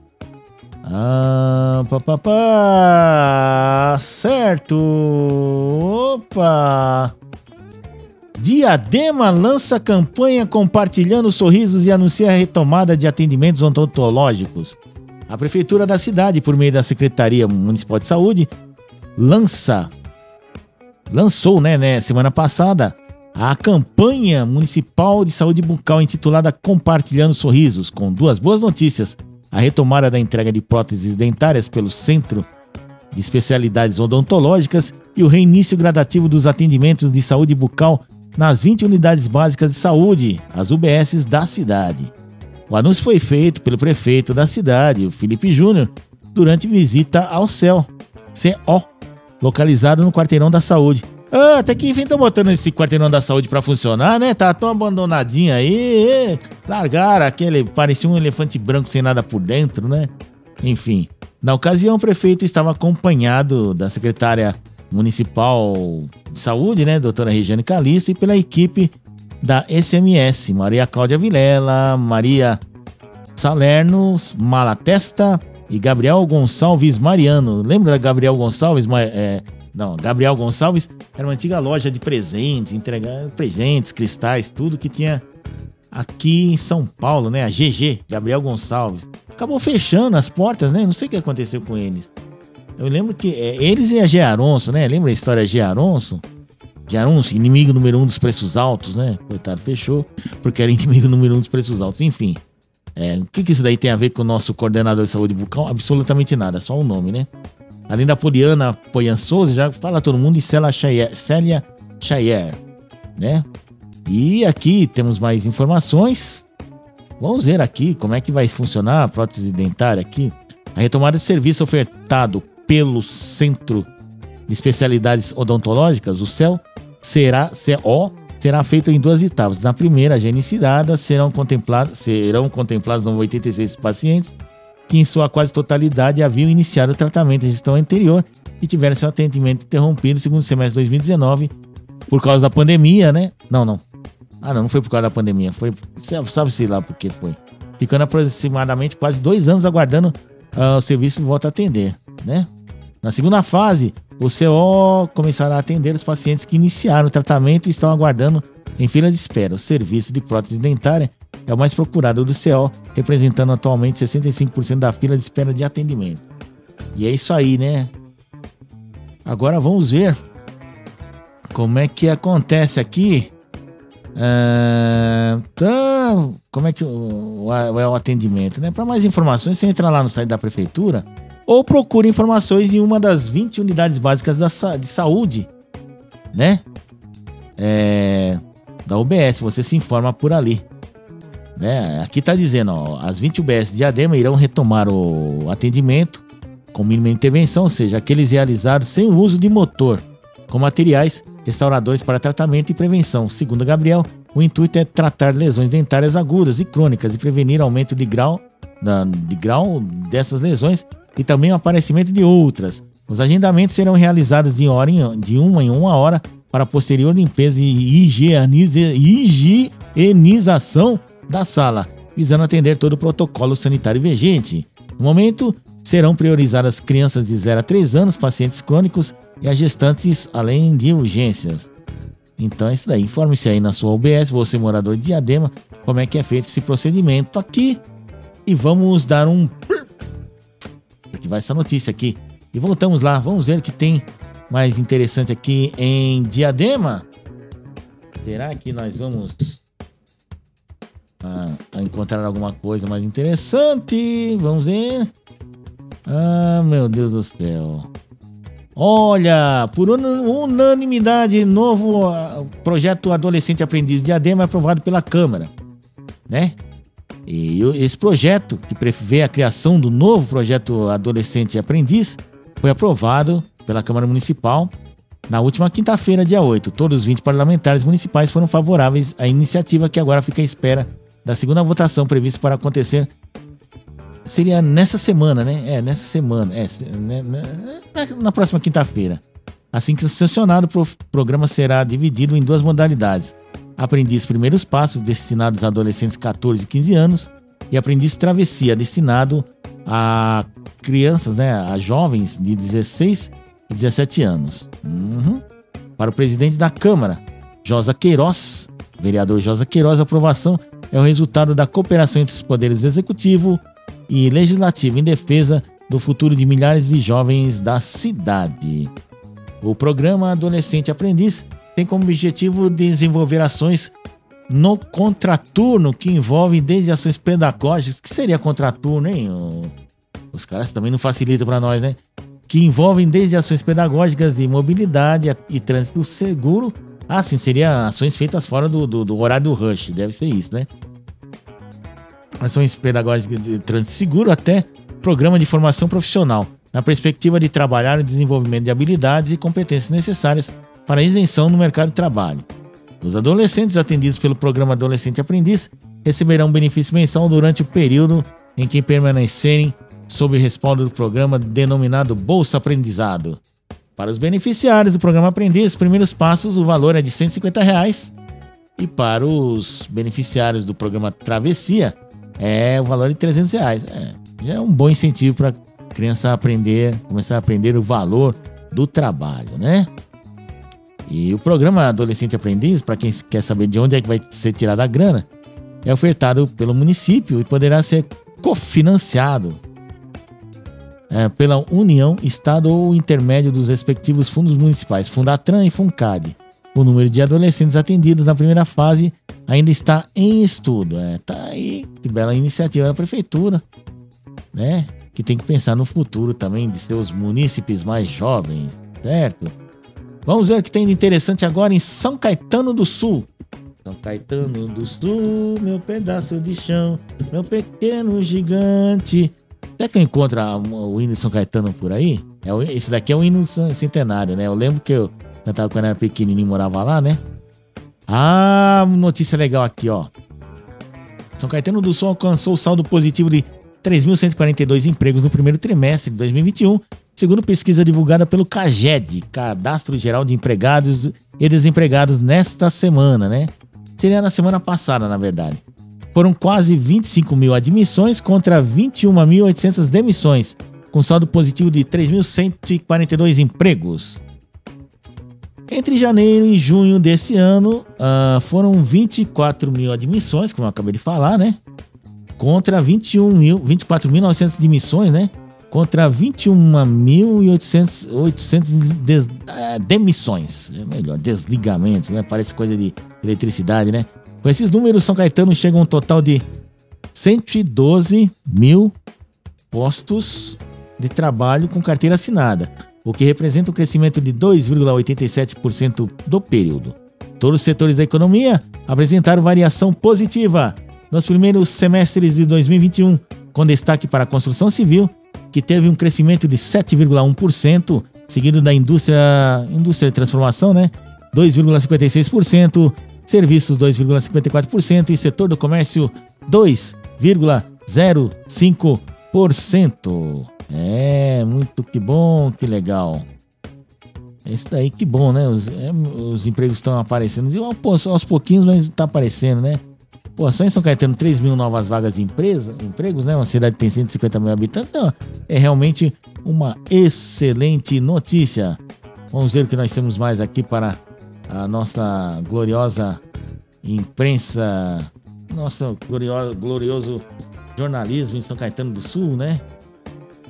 Ah, papapá. Certo. Opa. Diadema lança campanha compartilhando sorrisos e anuncia a retomada de atendimentos odontológicos. A Prefeitura da cidade, por meio da Secretaria Municipal de Saúde, lança, lançou, né, né, semana passada, a campanha municipal de saúde bucal intitulada Compartilhando Sorrisos, com duas boas notícias: a retomada da entrega de próteses dentárias pelo Centro de Especialidades Odontológicas e o reinício gradativo dos atendimentos de saúde bucal nas vinte unidades básicas de saúde, as U B Ss da cidade. O anúncio foi feito pelo prefeito da cidade, o Felipe Júnior, durante visita ao C E O, C O, localizado no Quarteirão da Saúde. Ah, até que enfim estão botando esse Quarteirão da Saúde pra funcionar, né? Tá tão abandonadinho aí. Largaram aquele, parecia um elefante branco sem nada por dentro, né? Enfim, na ocasião o prefeito estava acompanhado da secretária municipal de saúde, né, doutora Regiane Calisto, e pela equipe da S M S, Maria Cláudia Vilela, Maria Salerno Malatesta e Gabriel Gonçalves Mariano. Lembra da Gabriel Gonçalves? É, não, Gabriel Gonçalves era uma antiga loja de presentes, entregar presentes, cristais, tudo que tinha aqui em São Paulo, né? A G G, Gabriel Gonçalves. Acabou fechando as portas, né? Não sei o que aconteceu com eles. Eu lembro que é, eles e a G. Aronso, né? Lembra a história G. Aronso? G. Aronso, inimigo número um dos preços altos, né? Coitado, fechou, porque era inimigo número um dos preços altos. Enfim, é, o que, que isso daí tem a ver com o nosso coordenador de saúde bucal? Absolutamente nada, só o nome, né? Além da Poliana Poian Souza, já fala todo mundo, e Célia Chayer, né? E aqui temos mais informações. Vamos ver aqui como é que vai funcionar a prótese dentária aqui. A retomada de serviço ofertado pelo Centro de Especialidades Odontológicas, o C E O, será, C O, será feita em duas etapas. Na primeira, a genicidade, serão contemplados, serão contemplados oitenta e seis pacientes que, em sua quase totalidade, haviam iniciado o tratamento de gestão anterior e tiveram seu atendimento interrompido no segundo semestre de dois mil e dezenove por causa da pandemia, né? Não, não. Ah, não, não foi por causa da pandemia. Foi, sabe-se lá por que foi. Ficando aproximadamente quase dois anos aguardando uh, o serviço de volta a atender, né? Na segunda fase, o C O começará a atender os pacientes que iniciaram o tratamento e estão aguardando em fila de espera. O serviço de prótese dentária é o mais procurado do C O, representando atualmente sessenta e cinco por cento da fila de espera de atendimento. E é isso aí, né? Agora vamos ver como é que acontece aqui. Uh, tá, como é que o, o, é o atendimento, né? Para mais informações, você entra lá no site da prefeitura ou procure informações em uma das vinte unidades básicas da, de saúde, né? É, da U B S, você se informa por ali, né? Aqui tá dizendo, ó, as vinte U B S de Diadema irão retomar o atendimento com mínima intervenção, ou seja, aqueles realizados sem o uso de motor, com materiais restauradores para tratamento e prevenção. Segundo Gabriel, o intuito é tratar lesões dentárias agudas e crônicas e prevenir aumento de grau, de grau dessas lesões e também o aparecimento de outras. Os agendamentos serão realizados de, hora em, de uma em uma hora para posterior limpeza e higieniza, higienização da sala, visando atender todo o protocolo sanitário vigente. No momento, serão priorizadas crianças de zero a três anos, pacientes crônicos e as gestantes, além de urgências. Então é isso daí. Informe-se aí na sua U B S, você morador de Diadema, como é que é feito esse procedimento aqui. E vamos dar um... Aqui vai essa notícia aqui. E voltamos lá, vamos ver o que tem mais interessante aqui em Diadema. Será que nós vamos ah, encontrar alguma coisa mais interessante? Vamos ver. Ah, meu Deus do céu. Olha, por unanimidade, novo uh, projeto Adolescente Aprendiz Diadema é aprovado pela Câmara, né? E esse projeto, que prevê a criação do novo projeto Adolescente Aprendiz, foi aprovado pela Câmara Municipal na última quinta-feira, dia oito. Todos os vinte parlamentares municipais foram favoráveis à iniciativa, que agora fica à espera da segunda votação prevista para acontecer. Seria nessa semana, né? É, nessa semana. É, né, na, na próxima quinta-feira. Assim que sancionado, o programa será dividido em duas modalidades. Aprendiz Primeiros Passos, destinados a adolescentes de catorze e quinze anos, e Aprendiz Travessia, destinado a crianças, né? A jovens de dezesseis e dezessete anos. Uhum. Para o presidente da Câmara, Josa Queiroz, vereador Josa Queiroz, a aprovação é o resultado da cooperação entre os poderes executivo e legislativo em defesa do futuro de milhares de jovens da cidade. O programa Adolescente Aprendiz tem como objetivo desenvolver ações no contraturno, que envolvem desde ações pedagógicas. Que seria contraturno, hein? Os caras também não facilitam para nós, né? Que envolvem desde ações pedagógicas de mobilidade e trânsito seguro. Ah, sim, seria ações feitas fora do, do, do horário do rush, deve ser isso, né? Ações pedagógicas de trânsito seguro até programa de formação profissional, na perspectiva de trabalhar no desenvolvimento de habilidades e competências necessárias para a isenção no mercado de trabalho. Os adolescentes atendidos pelo programa Adolescente Aprendiz receberão benefício mensal durante o período em que permanecerem sob o respaldo do programa denominado Bolsa Aprendizado. Para os beneficiários do programa Aprendiz, primeiros passos, o valor é de cento e cinquenta reais. E para os beneficiários do programa Travessia, é o valor de trezentos reais. É, já é um bom incentivo para a criança aprender, começar a aprender o valor do trabalho, né? E o programa Adolescente Aprendiz, para quem quer saber de onde é que vai ser tirada a grana, é ofertado pelo município e poderá ser cofinanciado é, pela União, Estado ou intermédio dos respectivos fundos municipais, Fundatran e Funcad. O número de adolescentes atendidos na primeira fase ainda está em estudo. É, tá aí, que bela iniciativa da prefeitura, né? Que tem que pensar no futuro também de seus munícipes mais jovens, certo? Vamos ver o que tem de interessante agora em São Caetano do Sul. São Caetano do Sul, meu pedaço de chão, meu pequeno gigante. Será que eu encontro o hino de São Caetano por aí? É, esse daqui é o hino centenário, né? Eu lembro que eu cantava quando era pequenininho, morava lá, né? Ah, notícia legal aqui, ó. São Caetano do Sul alcançou o saldo positivo de três mil cento e quarenta e dois empregos no primeiro trimestre de dois mil e vinte e um, segundo pesquisa divulgada pelo CAGED, Cadastro Geral de Empregados e Desempregados, nesta semana, né? Seria na semana passada, na verdade. Foram quase vinte e cinco mil admissões contra vinte e uma mil e oitocentas demissões, com saldo positivo de três mil cento e quarenta e dois empregos. Entre janeiro e junho desse ano, uh, foram vinte e quatro mil admissões, como eu acabei de falar, né? Contra vinte e um mil, vinte e quatro mil e novecentas demissões, né? Contra vinte e uma mil e oitocentas des, uh, demissões. É melhor, desligamentos, né? Parece coisa de eletricidade, né? Com esses números, São Caetano chega a um total de cento e doze mil postos de trabalho com carteira assinada, o que representa um crescimento de dois vírgula oitenta e sete por cento do período. Todos os setores da economia apresentaram variação positiva nos primeiros semestres de dois mil e vinte e um, com destaque para a construção civil, que teve um crescimento de sete vírgula um por cento, seguido da indústria, indústria de transformação, né? dois vírgula cinquenta e seis por cento, serviços dois vírgula cinquenta e quatro por cento e setor do comércio dois vírgula zero cinco por cento. É, muito que bom, que legal. É isso daí, que bom, né? Os, é, os empregos estão aparecendo. E, aos pouquinhos, mas está aparecendo, né? Pô, só em São Caetano, três mil novas vagas de empresa, empregos, né? Uma cidade que tem cento e cinquenta mil habitantes. Então, é realmente uma excelente notícia. Vamos ver o que nós temos mais aqui para a nossa gloriosa imprensa, nosso glorioso, glorioso jornalismo em São Caetano do Sul, né?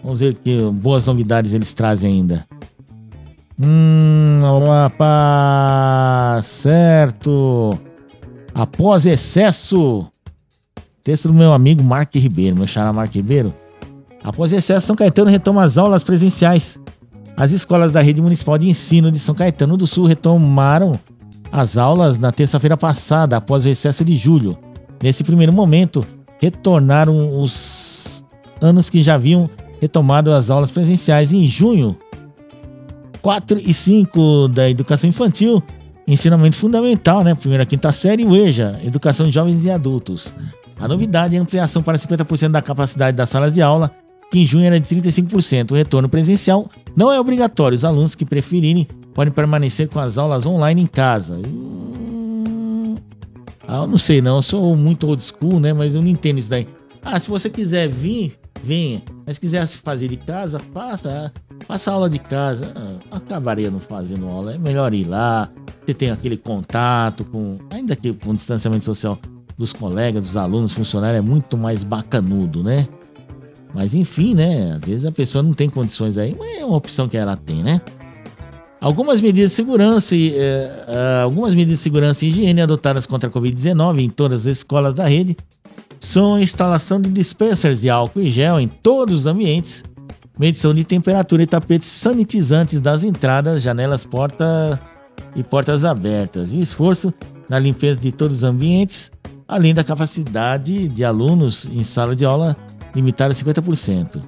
Vamos ver que boas novidades eles trazem ainda. Hum, rapaz, certo. Após excesso. Texto do meu amigo Mark Ribeiro, meu xará Mark Ribeiro. Após excesso, São Caetano retoma as aulas presenciais. As escolas da Rede Municipal de Ensino de São Caetano do Sul retomaram as aulas na terça-feira passada, após o recesso de julho. Nesse primeiro momento, retornaram os anos que já haviam retomado as aulas presenciais em junho. quatro e cinco da Educação Infantil, Ensinamento Fundamental, né? Primeira a quinta série, e o EJA, Educação de Jovens e Adultos. A novidade é a ampliação para cinquenta por cento da capacidade das salas de aula, que em junho era de trinta e cinco por cento. O retorno presencial não é obrigatório. Os alunos que preferirem podem permanecer com as aulas online em casa. Hum... Ah, eu não sei não, eu sou muito old school, né? Mas eu não entendo isso daí. Ah, se você quiser vir, venha. Mas se quiser fazer de casa, faça. Faça aula de casa. Ah, acabaria não fazendo aula. É melhor ir lá. Você tem aquele contato com... Ainda que com o distanciamento social dos colegas, dos alunos, funcionários, é muito mais bacanudo, né? Mas enfim, né? Às vezes a pessoa não tem condições aí, mas é uma opção que ela tem, né? Algumas medidas de segurança e, uh, uh, algumas medidas de segurança e higiene adotadas contra a covid dezenove em todas as escolas da rede são a instalação de dispensers de álcool e gel em todos os ambientes, medição de temperatura e tapetes sanitizantes das entradas, janelas, portas e portas abertas, e esforço na limpeza de todos os ambientes, além da capacidade de alunos em sala de aula limitada a cinquenta por cento.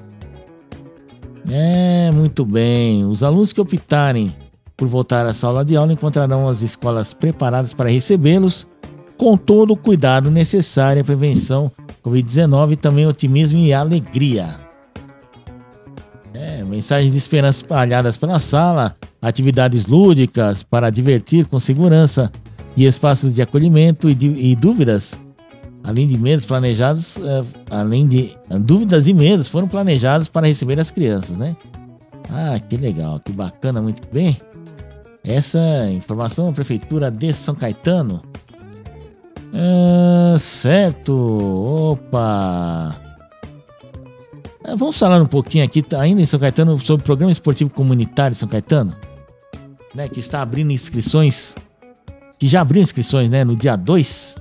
É, muito bem. Os alunos que optarem por voltar à sala de aula encontrarão as escolas preparadas para recebê-los com todo o cuidado necessário à prevenção covid dezenove e também otimismo e alegria. É, mensagens de esperança espalhadas pela sala, atividades lúdicas para divertir com segurança e espaços de acolhimento e, de, e dúvidas, além de medos planejados, é, além de dúvidas e medos foram planejados para receber as crianças, né? Ah, que legal, que bacana, muito bem. Essa informação da Prefeitura de São Caetano. Ah, certo, opa. Ah, vamos falar um pouquinho aqui, ainda em São Caetano, sobre o Programa Esportivo Comunitário de São Caetano, né? Que está abrindo inscrições, que já abriu inscrições, né? No dia dois.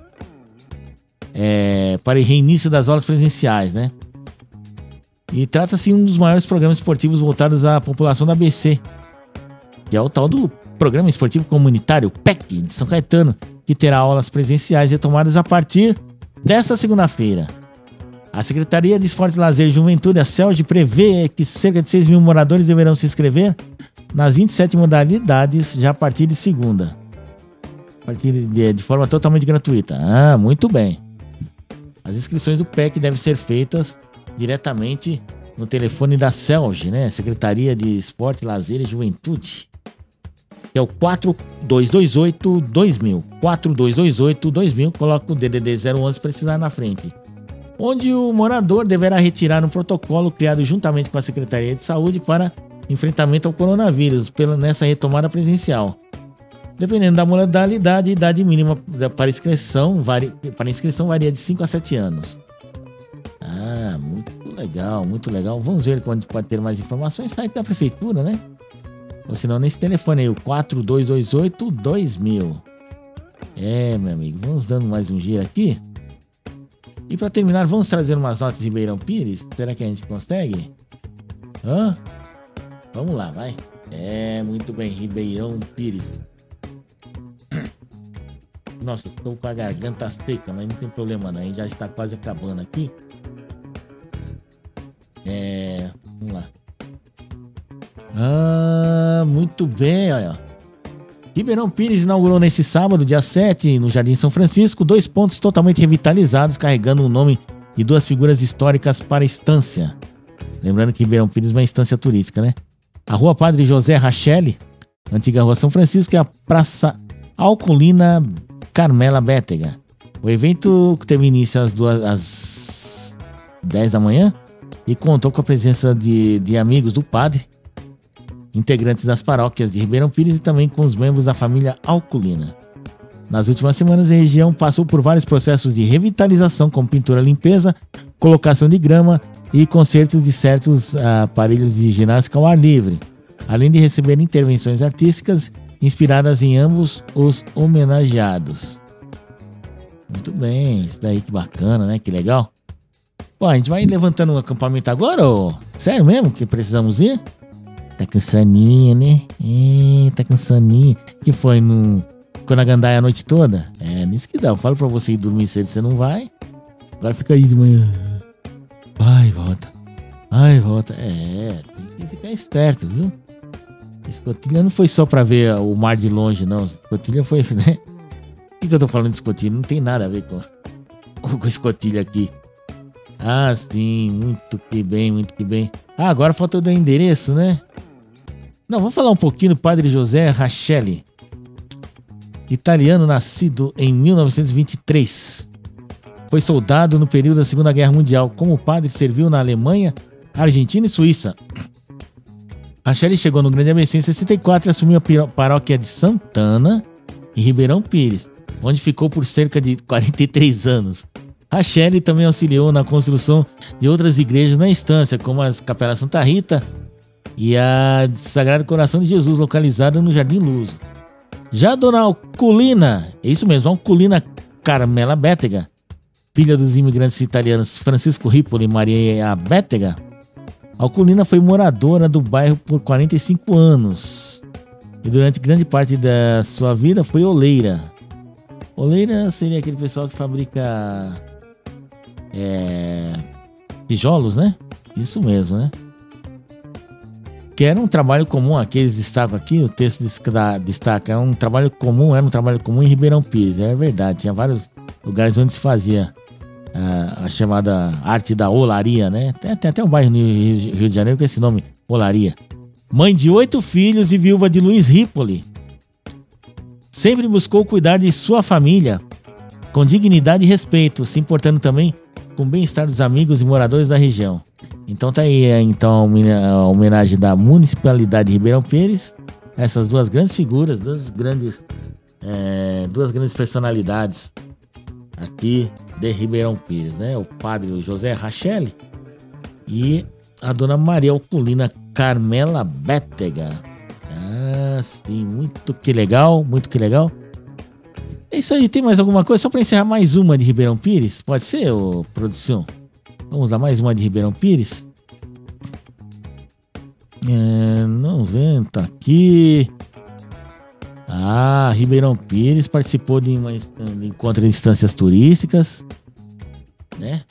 É, para o reinício das aulas presenciais, né? E trata-se de um dos maiores programas esportivos voltados à população da A B C, que é o tal do Programa Esportivo Comunitário, P E C, de São Caetano, que terá aulas presenciais retomadas a partir desta segunda-feira. A Secretaria de Esportes, Lazer e Juventude, a SELG, prevê que cerca de seis mil moradores deverão se inscrever nas vinte e sete modalidades já a partir de segunda. A partir de, de forma totalmente gratuita. Ah, muito bem. As inscrições do P E C devem ser feitas diretamente no telefone da SELG, né? Secretaria de Esporte, Lazer e Juventude, que é o quatro dois dois oito dois mil. quatro dois dois oito dois mil, coloca o D D D zero onze para precisar na frente. Onde o morador deverá retirar um protocolo criado juntamente com a Secretaria de Saúde para enfrentamento ao coronavírus pela, nessa retomada presencial. Dependendo da modalidade, a idade mínima para inscrição, varia, para inscrição varia de cinco a sete anos. Ah, muito legal, muito legal. Vamos ver quando pode ter mais informações. Site da Prefeitura, né? Ou se não, nesse telefone aí, o quatro dois dois oito dois mil. É, meu amigo, vamos dando mais um giro aqui. E para terminar, vamos trazer umas notas de Ribeirão Pires. Será que a gente consegue? Hã? Vamos lá, vai. É, muito bem, Ribeirão Pires. Nossa, estou com a garganta seca, mas não tem problema não, a gente já está quase acabando aqui. É, vamos lá. Ah, muito bem, olha. Ribeirão Pires inaugurou nesse sábado, dia sete, no Jardim São Francisco, dois pontos totalmente revitalizados, carregando o nome de duas figuras históricas para a estância. Lembrando que Ribeirão Pires é uma estância turística, né? A Rua Padre José Rachelli, antiga Rua São Francisco, e a Praça Alcolina Carmela Bétega. O evento teve início às, duas, às dez da manhã e contou com a presença de, de amigos do padre, integrantes das paróquias de Ribeirão Pires e também com os membros da família Alcolina. Nas últimas semanas, a região passou por vários processos de revitalização, como pintura, limpeza, colocação de grama, e concertos de certos aparelhos de ginástica ao ar livre, além de receber intervenções artísticas inspiradas em ambos os homenageados. Muito bem, isso daí que bacana, né? Que legal. Bom, a gente vai levantando o acampamento agora, ô? Sério mesmo que precisamos ir? Tá com soninho, né? É, tá com soninho. Que foi no... Ficou na gandaia a noite toda? É, nisso que dá. Eu falo pra você ir dormir cedo, você não vai. Agora fica aí de manhã. Vai, volta. Vai, volta. É, tem que ficar esperto, viu? Escotilha não foi só pra ver o mar de longe, não. Escotilha foi, né? O que, que eu tô falando de escotilha? Não tem nada a ver com, com escotilha aqui. Ah, sim, muito que bem, muito que bem. Ah, agora falta o endereço, né? Não, vamos falar um pouquinho do padre José Rachelli. Italiano, nascido em mil novecentos e vinte e três. Foi soldado no período da Segunda Guerra Mundial. Como padre, serviu na Alemanha, Argentina e Suíça. Rachelli chegou no Grande A B C em sessenta e quatro e assumiu a paróquia de Santana, em Ribeirão Pires, onde ficou por cerca de quarenta e três anos. Rachelli também auxiliou na construção de outras igrejas na estância, como a Capela Santa Rita e a Sagrado Coração de Jesus, localizada no Jardim Luso. Já a dona Alculina, é isso mesmo, Alculina Carmela Bétega, filha dos imigrantes italianos Francisco Ripoli e Maria Bétega, Alculina foi moradora do bairro por quarenta e cinco anos e durante grande parte da sua vida foi oleira. Oleira seria aquele pessoal que fabrica é, tijolos, né? Isso mesmo, né? Que era um trabalho comum, aqui eles destacam aqui, o texto destaca, é um trabalho comum, era um trabalho comum em Ribeirão Pires, é verdade, tinha vários lugares onde se fazia a, a chamada arte da olaria, né? Tem, tem até um bairro no Rio, Rio de Janeiro com esse nome, olaria. Mãe de oito filhos e viúva de Luiz Ripoli, sempre buscou cuidar de sua família com dignidade e respeito, se importando também com o bem-estar dos amigos e moradores da região. Então tá aí então a homenagem da Municipalidade de Ribeirão Pires, essas duas grandes figuras, duas grandes, é, duas grandes personalidades aqui de Ribeirão Pires, né? O padre José Rachelli e a dona Maria Alculina Carmela Bétega. Ah, sim, muito que legal, muito que legal. É isso aí, tem mais alguma coisa? Só para encerrar mais uma de Ribeirão Pires? Pode ser, ô, produção? Vamos lá, mais uma de Ribeirão Pires. É, não vem, tá aqui. Ah, Ribeirão Pires participou de uma de encontro de instâncias turísticas, né?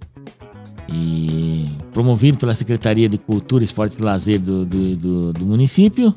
E promovido pela Secretaria de Cultura, Esporte e Lazer do, do, do, do município.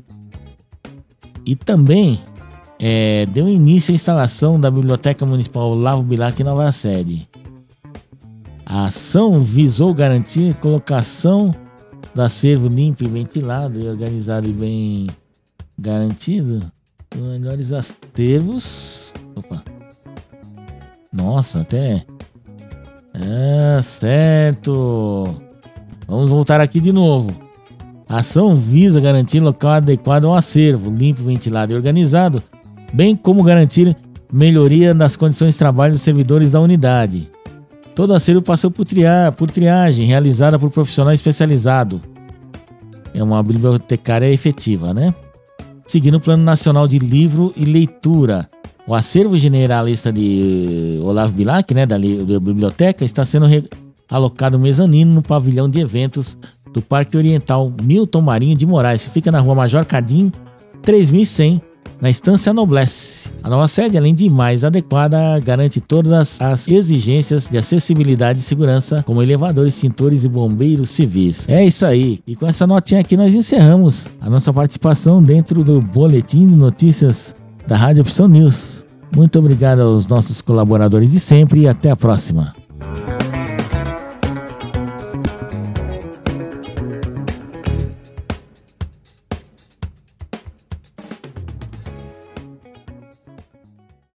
E também é, deu início à instalação da Biblioteca Municipal Olavo Bilac em nova sede. A ação visou garantir a colocação do acervo limpo e ventilado e organizado e bem garantido. Os melhores acervos. Opa. Nossa, até. É, certo. Vamos voltar aqui de novo. A ação visa garantir local adequado ao acervo, limpo, ventilado e organizado, bem como garantir melhoria nas condições de trabalho dos servidores da unidade. Todo acervo passou por, tria- por triagem realizada por profissional especializado. É uma bibliotecária efetiva, né? Seguindo o Plano Nacional de Livro e Leitura. O acervo generalista de Olavo Bilac, né, da, da biblioteca, está sendo re- alocado mezanino no pavilhão de eventos do Parque Oriental Milton Marinho de Moraes, que fica na Rua Major Cardim, três mil e cem, na Estância Noblesse. A nova sede, além de mais adequada, garante todas as exigências de acessibilidade e segurança, como elevadores, cintores e bombeiros civis. É isso aí. E com essa notinha aqui nós encerramos a nossa participação dentro do Boletim de Notícias da Rádio Opção News. Muito obrigado aos nossos colaboradores de sempre e até a próxima.